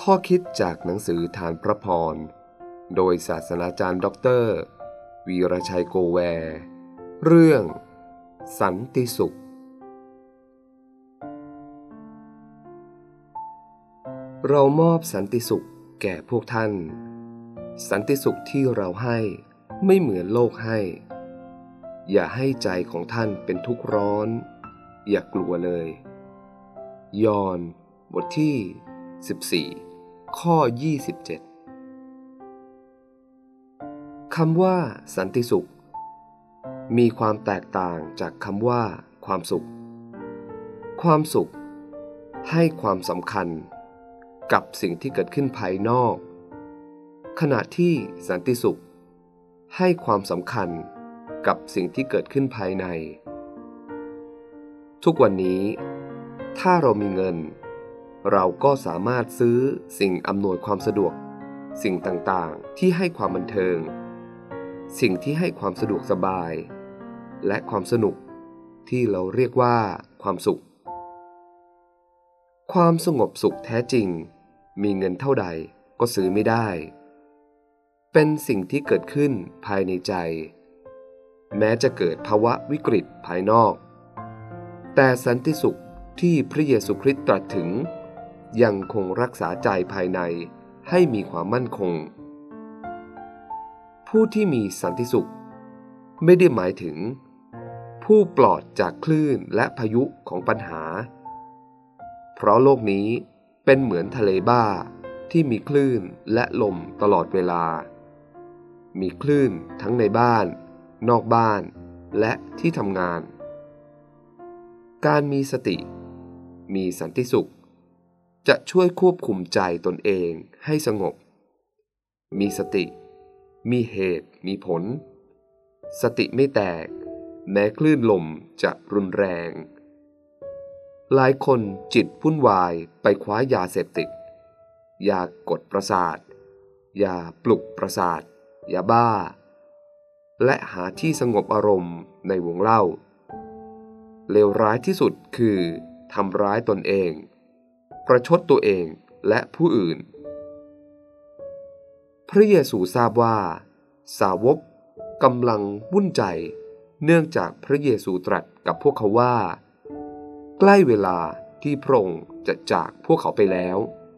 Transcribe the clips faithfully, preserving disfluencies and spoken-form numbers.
ข้อคิดจากหนังสือทานพระพรโดยศาสตราจารย์ด็อกเตอร์วีรชัยโกแวร์เรื่องสันติสุขเรามอบสันติสุขแก่พวกท่านสันติสุขที่เราให้ไม่เหมือนโลกให้อย่าให้ใจของท่านเป็นทุกข์ร้อนอย่ากลัวเลยยอห์นบทที่สิบสี่ข้อยี่สิบเจ็ดคำว่าสันติสุขมีความแตกต่างจากคำว่าความสุขความสุขให้ความสำคัญกับสิ่งที่เกิดขึ้นภายนอกขณะที่สันติสุขให้ความสำคัญกับสิ่งที่เกิดขึ้นภายในทุกวันนี้ถ้าเรามีเงินเราก็สามารถซื้อสิ่งอำนวยความสะดวกสิ่งต่างๆที่ให้ความบันเทิงสิ่งที่ให้ความสะดวกสบายและความสนุกที่เราเรียกว่าความสุขความสงบสุขแท้จริงมีเงินเท่าใดก็ซื้อไม่ได้เป็นสิ่งที่เกิดขึ้นภายในใจแม้จะเกิดภาวะวิกฤตภายนอกแต่สันติสุขที่พระเยซูคริสต์ตรัสถึงยังคงรักษาใจภายในให้มีความมั่นคงผู้ที่มีสันติสุขไม่ได้หมายถึงผู้ปลอดจากคลื่นและพายุของปัญหาเพราะโลกนี้เป็นเหมือนทะเลบ้าที่มีคลื่นและลมตลอดเวลามีคลื่นทั้งในบ้านนอกบ้านและที่ทำงานการมีสติมีสันติสุขจะช่วยควบคุมใจตนเองให้สงบมีสติมีเหตุมีผลสติไม่แตกแม้คลื่นลมจะรุนแรงหลายคนจิตวุ่นวายไปคว้ายาเสพติดยากดประสาทยาปลุกประสาทยาบ้าและหาที่สงบอารมณ์ในวงเล่าเลวร้ายที่สุดคือทำร้ายตนเองประชดตัวเองและผู้อื่นพระเยซูทราบว่าสาวกกำลังวุ่นใจเนื่องจากพระเยซูตรัสกับพวกเขาว่าใกล้เวลาที่พระองค์จะจากพวกเขาไปแล้ว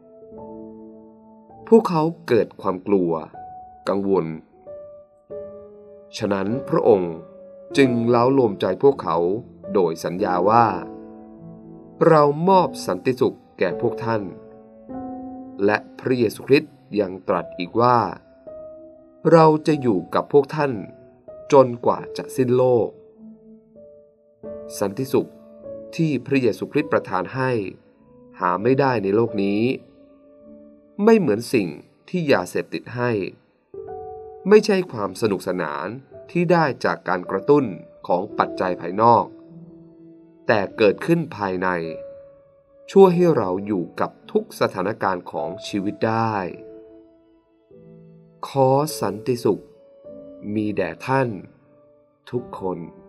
พวกเขาเกิดความกลัวกังวลฉะนั้นพระองค์จึงเล้าโลมใจพวกเขาโดยสัญญาว่าเรามอบสันติสุขแก่พวกท่านและพระเยซูคริสต์ยังตรัสอีกว่าเราจะอยู่กับพวกท่านจนกว่าจะสิ้นโลกสันติสุขที่พระเยซูคริสต์ประทานให้หาไม่ได้ในโลกนี้ไม่เหมือนสิ่งที่ยาเสพติดให้ไม่ใช่ความสนุกสนานที่ได้จากการกระตุ้นของปัจจัยภายนอกแต่เกิดขึ้นภายในช่วยให้เราอยู่กับทุกสถานการณ์ของชีวิตได้ขอสันติสุขมีแด่ท่านทุกคน